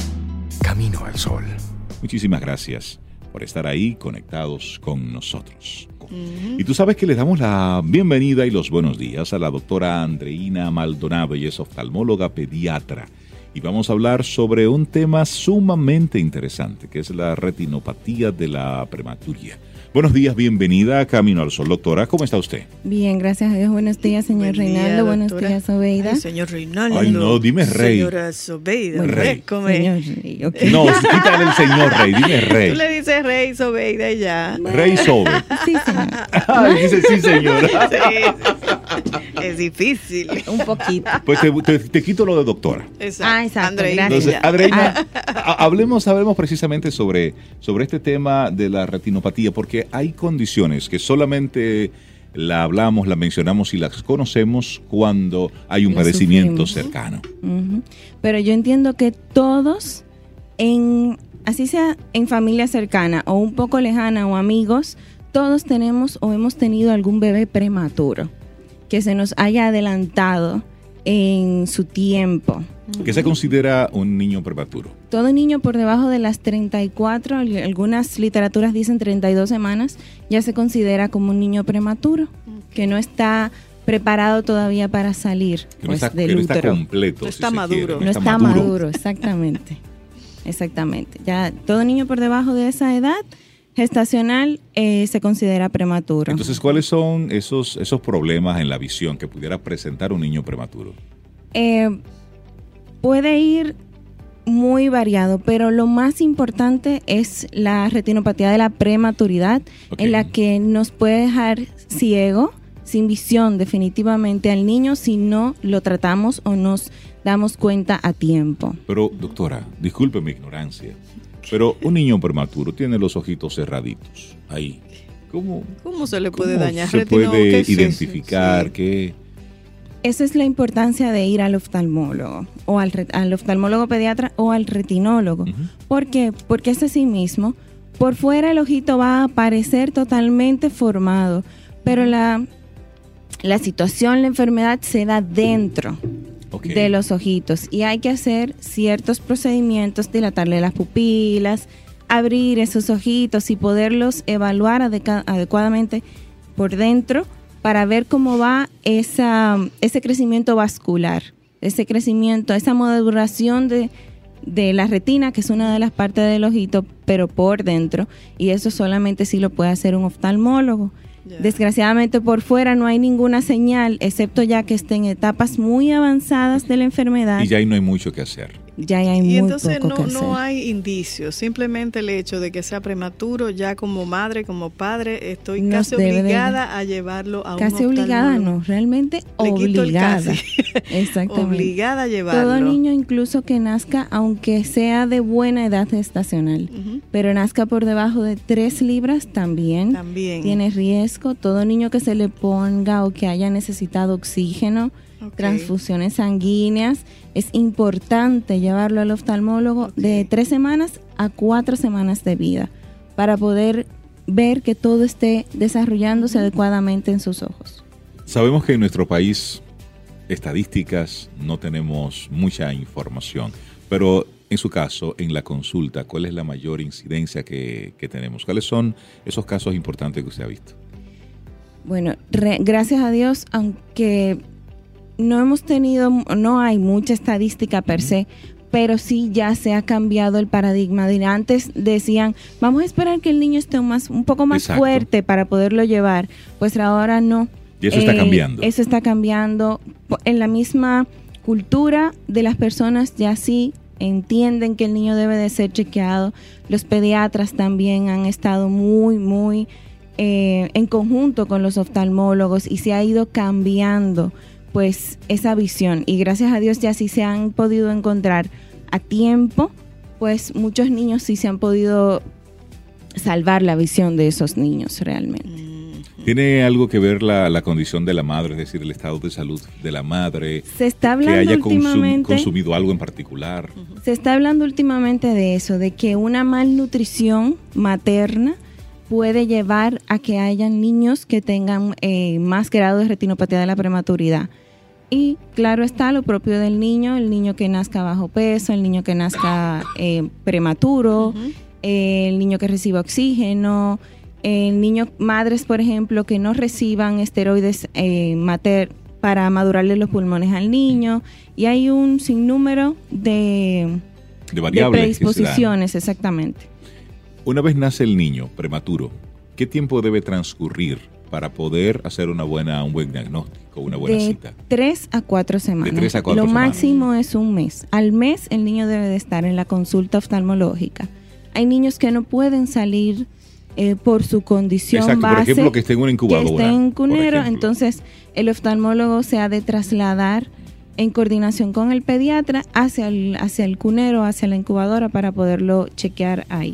Camino al sol. Muchísimas gracias por estar ahí conectados con nosotros. Uh-huh. Y tú sabes que les damos la bienvenida y los buenos días a la doctora Andreina Maldonado, ella es oftalmóloga pediatra. Y vamos a hablar sobre un tema sumamente interesante, que es la retinopatía de la prematuría. Buenos días, bienvenida a Camino al Sol. Doctora, ¿cómo está usted? Bien, gracias a Dios. Buenos días, señor Buen día, Reinaldo. doctora. Buenos días, Sobeida. Ay, señor Reinaldo. Ay, no, dime rey. Señora Sobeida, Bueno, rey. come. Señor Rey, okay. No, quítale el señor rey, dime rey. Tú le dices rey, Sobeida y ya. Rey Sobe. Sí, señor. Ay, dice sí, señora. Sí, sí, sí. Es difícil. Un poquito. Pues te, te, te quito lo de doctora. Exacto. Ah, exacto, Andreina. gracias. Entonces, Andreina, ha- hablemos, hablemos precisamente sobre, sobre este tema de la retinopatía, porque hay condiciones que solamente la hablamos, la mencionamos y las conocemos cuando hay un Lo padecimiento sufrimos. cercano. Uh-huh. Pero yo entiendo que todos, en así sea en familia cercana o un poco lejana o amigos, todos tenemos o hemos tenido algún bebé prematuro que se nos haya adelantado en su tiempo. ¿Qué se considera un niño prematuro? Todo niño por debajo de las treinta y cuatro, algunas literaturas dicen treinta y dos semanas, ya se considera como un niño prematuro, que no está preparado todavía para salir Que no pues, está, del que no está útero. completo. No si está se maduro. quiere, No está maduro, exactamente. Exactamente. Ya todo niño por debajo de esa edad gestacional eh, se considera prematuro. Entonces, ¿cuáles son esos, esos problemas en la visión que pudiera presentar un niño prematuro? Eh, puede ir muy variado, pero lo más importante es la retinopatía de la prematuridad, Ok. en la que nos puede dejar ciego, sin visión definitivamente al niño si no lo tratamos o nos damos cuenta a tiempo. Pero, doctora, disculpe mi ignorancia, pero un niño prematuro tiene los ojitos cerraditos, ahí. ¿Cómo, ¿Cómo se le puede cómo dañar? se Retino, puede ¿qué es eso? identificar Sí. que... Esa es la importancia de ir al oftalmólogo, o al, re- al oftalmólogo pediatra o al retinólogo. Ujú. ¿Por qué? Porque es así mismo. Por fuera el ojito va a aparecer totalmente formado, pero la, la situación, la enfermedad se da dentro Okay. de los ojitos. Y hay que hacer ciertos procedimientos, dilatarle las pupilas, abrir esos ojitos y poderlos evaluar adeca- adecuadamente por dentro para ver cómo va esa, ese crecimiento vascular, ese crecimiento, esa maduración de, de la retina, que es una de las partes del ojito, pero por dentro. Y eso solamente sí lo puede hacer un oftalmólogo. Yeah. Desgraciadamente por fuera no hay ninguna señal, excepto ya que esté en etapas muy avanzadas de la enfermedad. Y ya ahí no hay mucho que hacer. Ya hay y muy entonces poco no, que hacer. no hay indicios, simplemente el hecho de que sea prematuro, ya como madre, como padre, estoy Nos casi obligada de... a llevarlo a casi un obligada, no, realmente Le obligada. Exactamente. Obligada a llevarlo. Todo niño, incluso que nazca, aunque sea de buena edad gestacional, uh-huh. pero nazca por debajo de tres libras, también, también tiene riesgo. Todo niño que se le ponga o que haya necesitado oxígeno, okay. transfusiones sanguíneas, es importante llevarlo al oftalmólogo okay. de tres semanas a cuatro semanas de vida para poder ver que todo esté desarrollándose adecuadamente en sus ojos. Sabemos que en nuestro país, estadísticas, no tenemos mucha información, pero en su caso, en la consulta, ¿cuál es la mayor incidencia que, que tenemos? ¿Cuáles son esos casos importantes que usted ha visto? Bueno, re, gracias a Dios, aunque no hemos tenido, no hay mucha estadística per se, pero sí ya se ha cambiado el paradigma. De antes decían, vamos a esperar que el niño esté más, un poco más Exacto. fuerte para poderlo llevar. Pues ahora no. Y eso eh, está cambiando. Eso está cambiando. En la misma cultura de las personas ya sí entienden que el niño debe de ser chequeado. Los pediatras también han estado muy, muy eh, en conjunto con los oftalmólogos y se ha ido cambiando pues esa visión, y gracias a Dios ya sí se han podido encontrar a tiempo, pues muchos niños sí se han podido salvar la visión de esos niños realmente. ¿Tiene algo que ver la, la condición de la madre, es decir, el estado de salud de la madre? Se está hablando que haya últimamente, consum, consumido algo en particular. Se está hablando últimamente de eso, de que una malnutrición materna puede llevar a que hayan niños que tengan eh, más grado de retinopatía de la prematuridad. Y claro está lo propio del niño, el niño que nazca bajo peso, el niño que nazca eh, prematuro, uh-huh. eh, el niño que reciba oxígeno, el niño, madres por ejemplo que no reciban esteroides eh, mater para madurarle los pulmones al niño, y hay un sinnúmero de, de variables, de predisposiciones, exactamente. Una vez nace el niño prematuro, ¿qué tiempo debe transcurrir para poder hacer una buena, un buen diagnóstico, una buena de cita? Tres a cuatro semanas. De tres a cuatro Lo semanas. máximo es un mes. Al mes el niño debe de estar en la consulta oftalmológica. Hay niños que no pueden salir eh, por su condición Exacto, base. por ejemplo, que esté en una incubadora. Que esté en cunero, entonces el oftalmólogo se ha de trasladar en coordinación con el pediatra hacia el, hacia el cunero, hacia la incubadora para poderlo chequear ahí.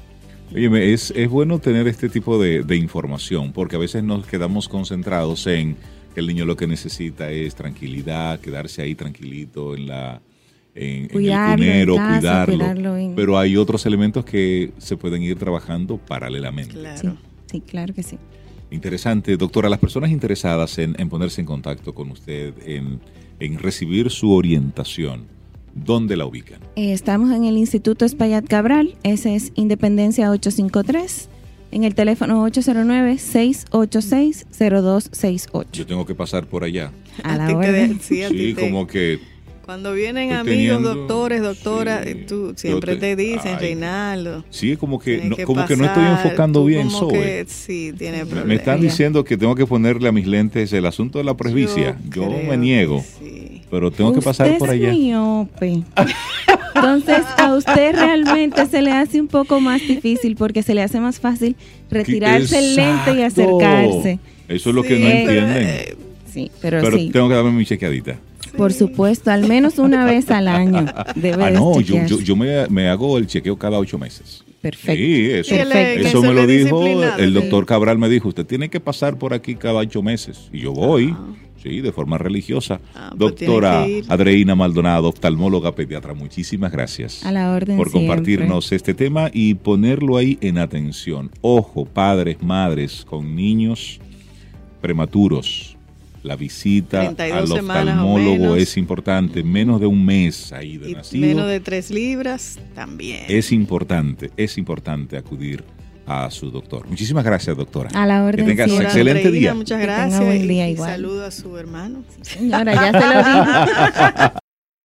Oye, es, es bueno tener este tipo de, de información, porque a veces nos quedamos concentrados en que el niño lo que necesita es tranquilidad, quedarse ahí tranquilito en la en, cuidarlo, en el cunero, en casa, cuidarlo, cuidarlo en... pero hay otros elementos que se pueden ir trabajando paralelamente. Claro. Sí, sí, claro que sí. Interesante, doctora. Las personas interesadas en, en ponerse en contacto con usted, en, en recibir su orientación, ¿dónde la ubican? Eh, estamos en el Instituto Espaillat Cabral, ese es Independencia ochocientos cincuenta y tres, en el teléfono ocho cero nueve, seis ocho seis, cero dos seis ocho. Yo tengo que pasar por allá. A la ti te orden. de- sí, a Sí, ti te- como que Cuando vienen estoy amigos, teniendo- doctores, doctoras, sí, tú yo siempre te- te, dicen, ay, Reinaldo. sí, como que, tienes no, que como que no estoy pasar, enfocando tú bien, como Zoe. que sí, tiene Me- problemas. Me están Ya. diciendo que tengo que ponerle a mis lentes el asunto de la presbicia. Yo, creo me niego, que sí. pero tengo que pasar Usted por es allá. miope. Entonces, a usted realmente se le hace un poco más difícil porque se le hace más fácil retirarse el lente y Exacto. acercarse. Eso es lo que Sí, no pero, entienden. eh, Sí, pero, Pero sí, tengo que darme mi chequeadita. por supuesto, al menos una vez al año debe Ah, de no, yo, chequearse. yo, yo me, me hago el chequeo cada ocho meses. Perfecto. Sí, eso, Sí, él es- eso él me es lo dijo disciplinado, el sí. doctor Cabral, me dijo, usted tiene que pasar por aquí cada ocho meses. Y yo voy, sí, de forma religiosa. Ah, pues Doctora tiene que ir. Adreina Maldonado, oftalmóloga pediatra, muchísimas gracias A la orden por siempre. compartirnos este tema y ponerlo ahí en atención. Ojo, padres, madres con niños prematuros, la visita treinta y dos al semanas o oftalmólogo menos. es importante. Menos de un mes ahí de Y nacido. menos de tres libras también. Es importante, es importante acudir a su doctor. Muchísimas gracias, doctora. A la orden. Que tengas siempre. excelente Andreina, día. Muchas Que tenga gracias. buen día y igual. saludo a su hermano. Señora, ya se lo dije.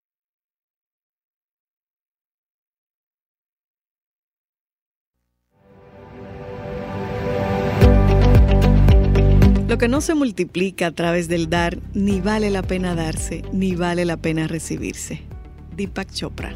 Lo que no se multiplica a través del dar, ni vale la pena darse, ni vale la pena recibirse. Deepak Chopra.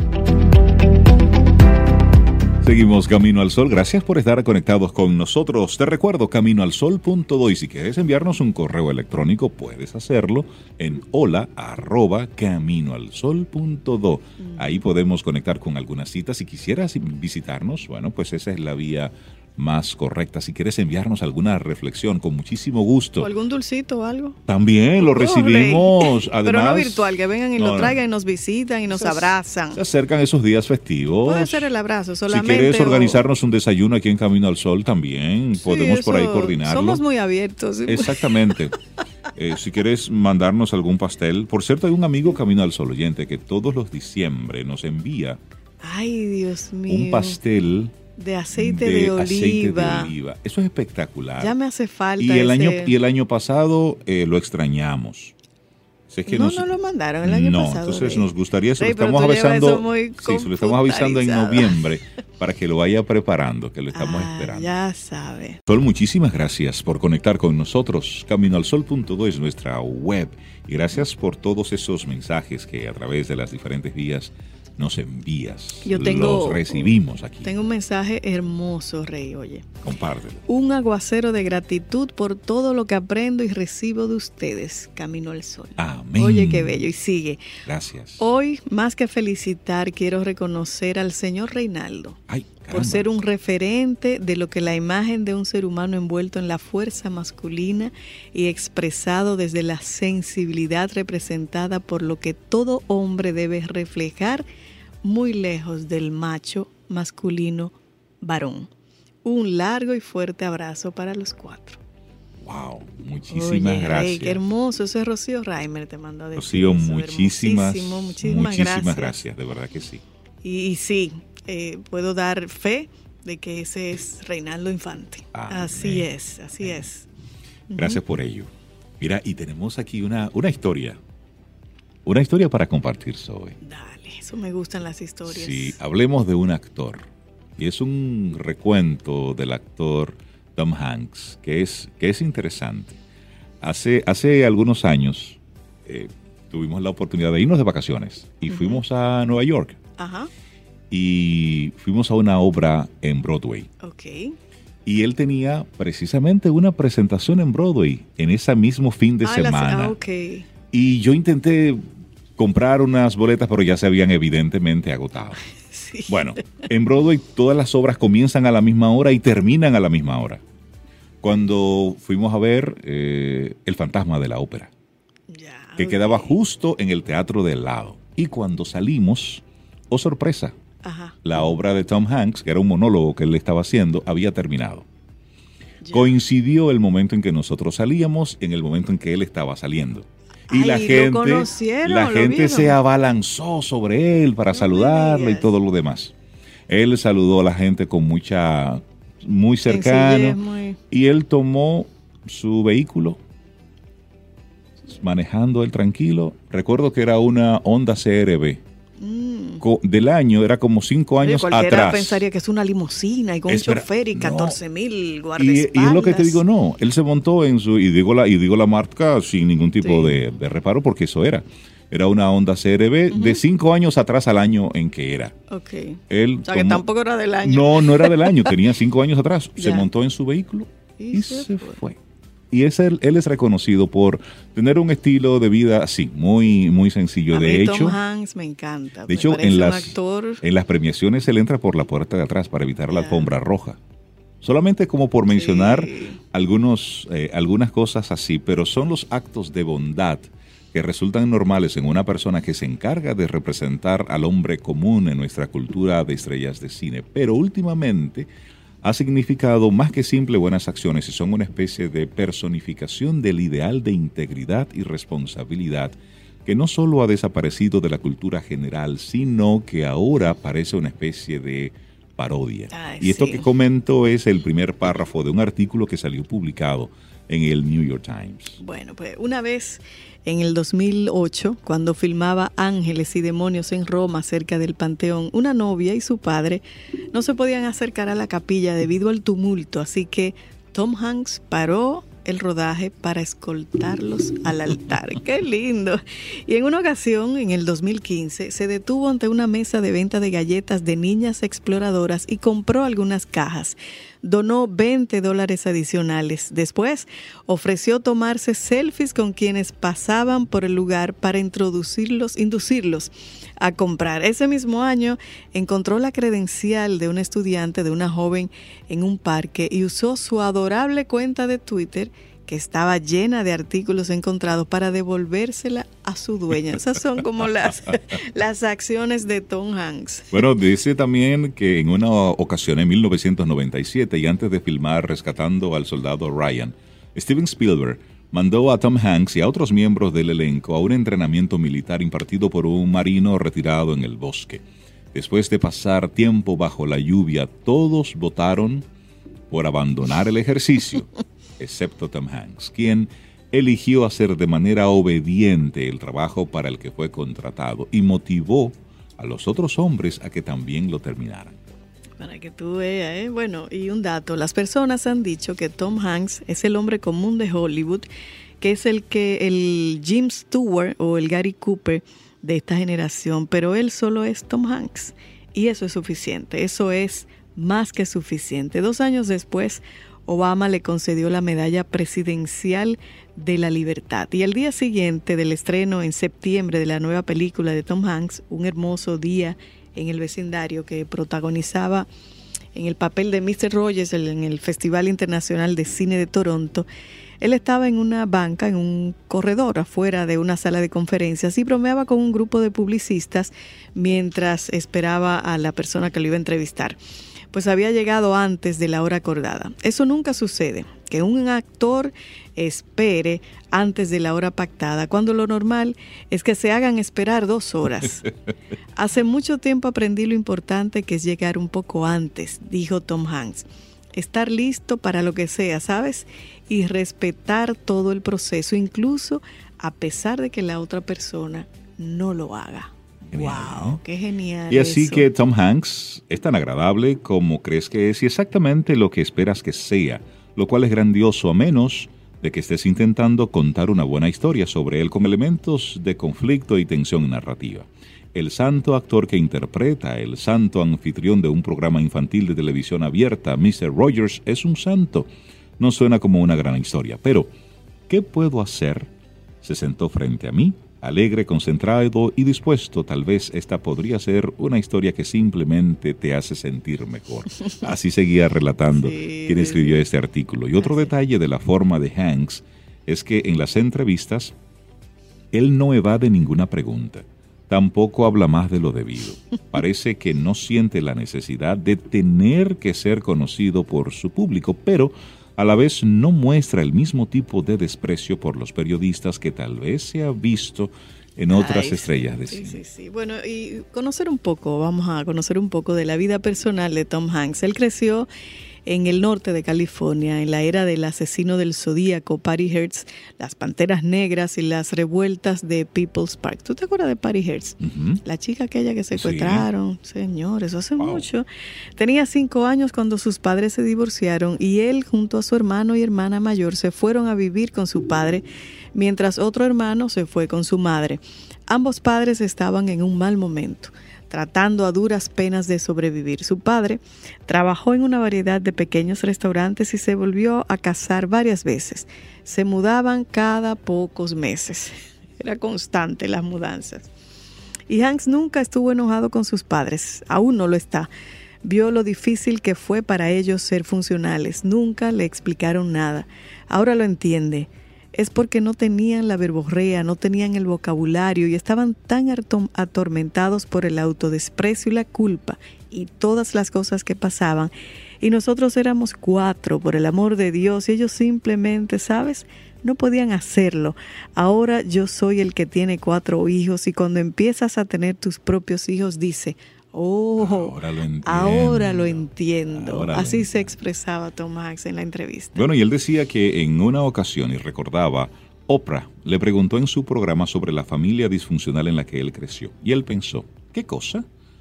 Seguimos Camino al Sol. Gracias por estar conectados con nosotros. Te recuerdo camino al sol punto do y si quieres enviarnos un correo electrónico puedes hacerlo en hola arroba camino al sol punto do. Ahí podemos conectar con algunas citas. Si quisieras visitarnos, bueno, pues esa es la vía más correcta. Si quieres enviarnos alguna reflexión, con muchísimo gusto. ¿O algún dulcito o algo? También lo recibimos. Oh, Además, pero no virtual, que vengan y no, lo no. traigan y nos visitan y nos Se- abrazan. Se acercan esos días festivos. Puede ser el abrazo Si solamente. quieres o- organizarnos un desayuno aquí en Camino al Sol también, Sí, podemos por ahí eso, coordinarlo. Somos muy abiertos. Exactamente. Eh, si quieres mandarnos algún pastel. Por cierto, hay un amigo Camino al Sol oyente que todos los diciembre nos envía Ay, Dios mío. un pastel de aceite de, oliva. aceite de oliva. Eso es espectacular. Ya me hace falta. y el ese- año y el año pasado eh, lo extrañamos. Si es que no, nos- no lo mandaron el año no, pasado. entonces Rey. nos gustaría, se lo Rey, pero estamos tú llevas avisando, eso muy sí, se lo estamos avisando en computarizado. noviembre para que lo vaya preparando, que lo estamos Ah, esperando. ya sabe. Sol, muchísimas gracias por conectar con nosotros. camino al sol punto do es nuestra web. Y gracias por todos esos mensajes que a través de las diferentes vías nos envías. Yo tengo- Los recibimos aquí. Tengo un mensaje hermoso, Rey, oye. Compártelo. Un aguacero de gratitud por todo lo que aprendo y recibo de ustedes. Camino al sol. Amén. Oye, qué bello. Y sigue. Gracias. Hoy, más que felicitar, quiero reconocer al señor Reinaldo Ay, por caramba. ser un referente de lo que la imagen de un ser humano envuelto en la fuerza masculina y expresado desde la sensibilidad representada por lo que todo hombre debe reflejar, muy lejos del macho masculino varón. Un largo y fuerte abrazo para los cuatro. Wow, muchísimas Oye, gracias. Rey, qué hermoso. Eso es Rocío Reimer, te mandó a decir. Rocío, eso, muchísimas, hermosísimo, muchísimas, muchísimas, gracias. De verdad que sí. Y, y sí, eh, puedo dar fe de que ese es Reinaldo Infante. Amén. Así es, así es. Gracias por ello. Mira, y tenemos aquí una, una historia. Una historia para compartir, Zoe. Dale, eso me gustan las historias. Sí, hablemos de un actor. Y es un recuento del actor Tom Hanks, que es, que es interesante. Hace, hace algunos años eh, tuvimos la oportunidad de irnos de vacaciones y Ujú. fuimos a Nueva York. Ajá, Y fuimos a una obra en Broadway. ok. Y él tenía precisamente una presentación en Broadway en ese mismo fin de Ah, la- semana. ah, ok. Y yo intenté comprar unas boletas, pero ya se habían evidentemente agotado. Sí. Bueno, en Broadway todas las obras comienzan a la misma hora y terminan a la misma hora. Cuando fuimos a ver eh, El fantasma de la ópera, Ya, que ok. quedaba justo en el teatro del lado. Y cuando salimos, oh sorpresa, Ajá. la obra de Tom Hanks, que era un monólogo que él estaba haciendo, había terminado. Ya. Coincidió el momento en que nosotros salíamos en el momento en que él estaba saliendo. Y Ay, la ¿lo gente, conocieron? la ¿Lo gente vieron? se abalanzó sobre él para No me saludarle y digas. todo lo demás. Él saludó a la gente con mucha, muy Sencillez, cercano, muy- y él tomó su vehículo, manejando él tranquilo. Recuerdo que era una Honda C R V. Mm. Co- Del año, era como cinco Oye, años cualquiera atrás. pensaría que es una limusina y con Espera, un chofer y no. catorce mil Y, guardaespaldas. y es lo que te digo, no, él se montó en su, y digo la, y digo la marca sin ningún tipo Sí. de, de reparo, porque eso era. Era una Honda C R V de cinco años atrás al año en que era. Ok. Él O sea, que tomó- tampoco era del año. No, no era del año, tenía cinco años atrás. Se Ya. montó en su vehículo y, Y se, se fue. fue. Y es él, él es reconocido por tener un estilo de vida así, muy, muy sencillo. A de mí hecho, Tom Hanks me encanta. de me hecho parece en un las, actor. en las premiaciones él entra por la puerta de atrás para evitar la Ya. alfombra roja. Solamente como por mencionar Sí. algunos, eh, algunas cosas así, pero son los actos de bondad que resultan normales en una persona que se encarga de representar al hombre común en nuestra cultura de estrellas de cine. Pero últimamente ha significado más que simple buenas acciones y son una especie de personificación del ideal de integridad y responsabilidad que no solo ha desaparecido de la cultura general, sino que ahora parece una especie de parodia. Ay, y esto sí. que comento es el primer párrafo de un artículo que salió publicado en el New York Times. Bueno, pues una vez en el dos mil ocho, cuando filmaba Ángeles y Demonios en Roma, cerca del Panteón, una novia y su padre no se podían acercar a la capilla debido al tumulto, así que Tom Hanks paró el rodaje para escoltarlos al altar. ¡Qué lindo! Y en una ocasión, en el dos mil quince, se detuvo ante una mesa de venta de galletas de niñas exploradoras y compró algunas cajas. Donó veinte dólares adicionales. Después, ofreció tomarse selfies con quienes pasaban por el lugar para introducirlos, inducirlos a comprar. Ese mismo año, encontró la credencial de un estudiante de una joven en un parque y usó su adorable cuenta de Twitter, que estaba llena de artículos encontrados, para devolvérsela a su dueña. Esas son como las, las acciones de Tom Hanks. Bueno, dice también que en una ocasión en mil novecientos noventa y siete, y antes de filmar Rescatando al Soldado Ryan, Steven Spielberg mandó a Tom Hanks y a otros miembros del elenco a un entrenamiento militar impartido por un marino retirado en el bosque. Después de pasar tiempo bajo la lluvia, todos votaron por abandonar el ejercicio, excepto Tom Hanks, quien eligió hacer de manera obediente el trabajo para el que fue contratado y motivó a los otros hombres a que también lo terminaran. Para que tú veas, ¿eh? Bueno, y un dato, las personas han dicho que Tom Hanks es el hombre común de Hollywood, que es el que el Jim Stewart o el Gary Cooper de esta generación, pero él solo es Tom Hanks y eso es suficiente, eso es más que suficiente. Dos años después, Obama le concedió la medalla presidencial de la libertad. Y al día siguiente del estreno en septiembre de la nueva película de Tom Hanks, Un hermoso día en el vecindario, que protagonizaba en el papel de mister Rogers en el Festival Internacional de Cine de Toronto, él estaba en una banca, en un corredor afuera de una sala de conferencias y bromeaba con un grupo de publicistas mientras esperaba a la persona que lo iba a entrevistar. Pues había llegado antes de la hora acordada. Eso nunca sucede, que un actor espere antes de la hora pactada, cuando lo normal es que se hagan esperar dos horas. Hace mucho tiempo aprendí lo importante que es llegar un poco antes, dijo Tom Hanks. Estar listo para lo que sea, ¿sabes? Y respetar todo el proceso, incluso a pesar de que la otra persona no lo haga. Genial, ¡Wow! ¿no? ¡Qué genial! Y así eso. que Tom Hanks es tan agradable como crees que es y exactamente lo que esperas que sea, lo cual es grandioso a menos de que estés intentando contar una buena historia sobre él con elementos de conflicto y tensión narrativa. El santo actor que interpreta el santo anfitrión de un programa infantil de televisión abierta, mister Rogers, es un santo. No suena como una gran historia, pero ¿qué puedo hacer? Se sentó frente a mí, alegre, concentrado y dispuesto. Tal vez esta podría ser una historia que simplemente te hace sentir mejor. Así seguía relatando sí, quien escribió este artículo. Y otro Así. detalle de la forma de Hanks es que en las entrevistas él no evade ninguna pregunta. Tampoco habla más de lo debido. Parece que no siente la necesidad de tener que ser conocido por su público, pero a la vez no muestra el mismo tipo de desprecio por los periodistas que tal vez se ha visto en otras Ay, estrellas sí, de sí, cine. Sí, sí. Bueno, y conocer un poco, vamos a conocer un poco de la vida personal de Tom Hanks. Él creció en el norte de California, en la era del asesino del Zodíaco, Patty Hearst, las Panteras Negras y las revueltas de People's Park. ¿Tú te acuerdas de Patty Hearst? Uh-huh. La chica aquella que secuestraron. Sí. Señor, eso hace wow. mucho. Tenía cinco años cuando sus padres se divorciaron y él, junto a su hermano y hermana mayor, se fueron a vivir con su padre, mientras otro hermano se fue con su madre. Ambos padres estaban en un mal momento, tratando a duras penas de sobrevivir. Su padre trabajó en una variedad de pequeños restaurantes y se volvió a casar varias veces. Se mudaban cada pocos meses. Era constante las mudanzas. Y Hanks nunca estuvo enojado con sus padres. Aún no lo está. Vio lo difícil que fue para ellos ser funcionales. Nunca le explicaron nada. Ahora lo entiende. es porque no tenían la verborrea, no tenían el vocabulario y estaban tan atormentados por el autodesprecio y la culpa y todas las cosas que pasaban. Y nosotros éramos cuatro, por el amor de Dios, y ellos simplemente, ¿sabes?, no podían hacerlo. Ahora yo soy el que tiene cuatro hijos y cuando empiezas a tener tus propios hijos, dice, oh, ahora lo entiendo. Ahora lo entiendo. Ahora lo Así entiendo. se expresaba Tom Hanks en la entrevista. Bueno, y él decía que en una ocasión, y recordaba, Oprah le preguntó en su programa sobre la familia disfuncional en la que él creció. Y él pensó, ¿qué cosa?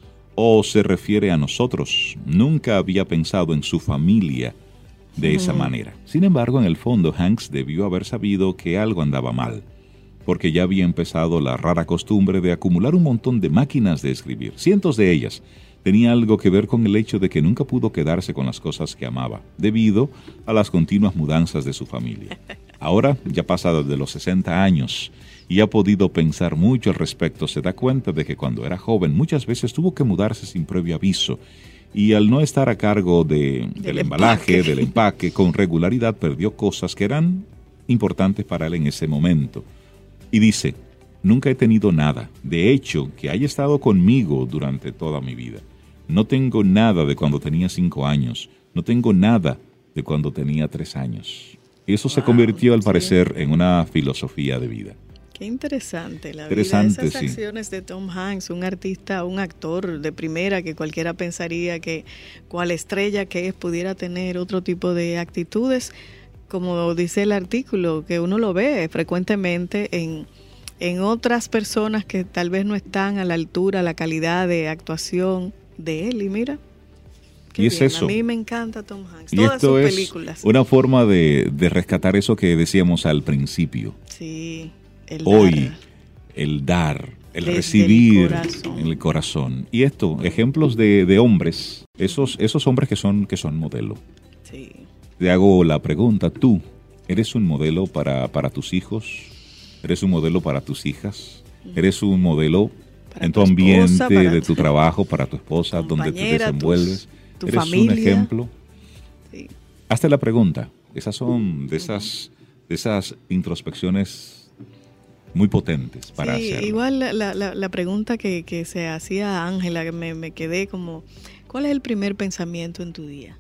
¿O se refiere a nosotros? Nunca había pensado en su familia de esa uh-huh. manera. Sin embargo, en el fondo, Hanks debió haber sabido que algo andaba mal, porque ya había empezado la rara costumbre de acumular un montón de máquinas de escribir, cientos de ellas. Tenía algo que ver con el hecho de que nunca pudo quedarse con las cosas que amaba, debido a las continuas mudanzas de su familia. Ahora, ya pasado de los sesenta años, y ha podido pensar mucho al respecto, se da cuenta de que cuando era joven muchas veces tuvo que mudarse sin previo aviso, y al no estar a cargo de, del, del embalaje, empaque. del empaque, con regularidad perdió cosas que eran importantes para él en ese momento. Y dice, nunca he tenido nada, de hecho, que haya estado conmigo durante toda mi vida. No tengo nada de cuando tenía cinco años, no tengo nada de cuando tenía tres años. Eso wow, se convirtió, al parecer, sí. en una filosofía de vida. Qué interesante la interesante, vida. Esas sí. acciones de Tom Hanks, un artista, un actor de primera que cualquiera pensaría que cual estrella que es pudiera tener otro tipo de actitudes, como dice el artículo, que uno lo ve frecuentemente en, en otras personas que tal vez no están a la altura, a la calidad de actuación de él. Y mira, qué y es bien. eso. A mí me encanta Tom Hanks, y todas esto sus es películas. Una forma de, de rescatar eso que decíamos al principio. Sí. El Hoy, dar. el dar, el Desde recibir el en el corazón. Y esto, ejemplos de, de hombres, esos, esos hombres que son, que son modelo. Sí. Te hago la pregunta, ¿tú eres un modelo para, para tus hijos? ¿Eres un modelo para tus hijas? ¿Eres un modelo para en tu, tu ambiente, esposa, de tu trabajo, para tu esposa, donde te desenvuelves? Tus, tu ¿Eres familia? un ejemplo? Sí. Hazte la pregunta. Esas son de esas, de esas introspecciones muy potentes para sí, hacerlo. Igual la, la, la pregunta que, que se hacía Ángela, que me, me quedé como, ¿cuál es el primer pensamiento en tu día?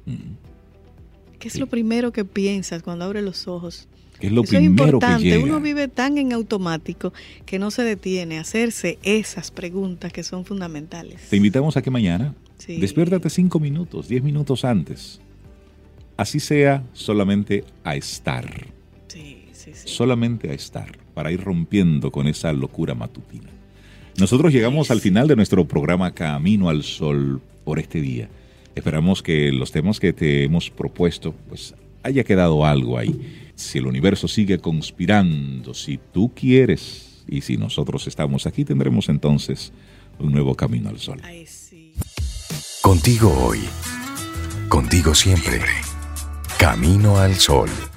Mm. ¿Qué es sí. lo primero que piensas cuando abres los ojos? ¿Qué es lo Eso primero es importante. que llega? Uno vive tan en automático que no se detiene a hacerse esas preguntas que son fundamentales. Te invitamos a que mañana sí. despiértate cinco minutos, diez minutos antes. Así sea, solamente a estar. Sí, sí, sí. Solamente a estar, para ir rompiendo con esa locura matutina. Nosotros llegamos al final de nuestro programa Camino al Sol por este día. Esperamos que los temas que te hemos propuesto, pues haya quedado algo ahí. Si el universo sigue conspirando, si tú quieres, y si nosotros estamos aquí, tendremos entonces un nuevo Camino al Sol. Ay, sí. Contigo hoy, contigo siempre. Camino al Sol.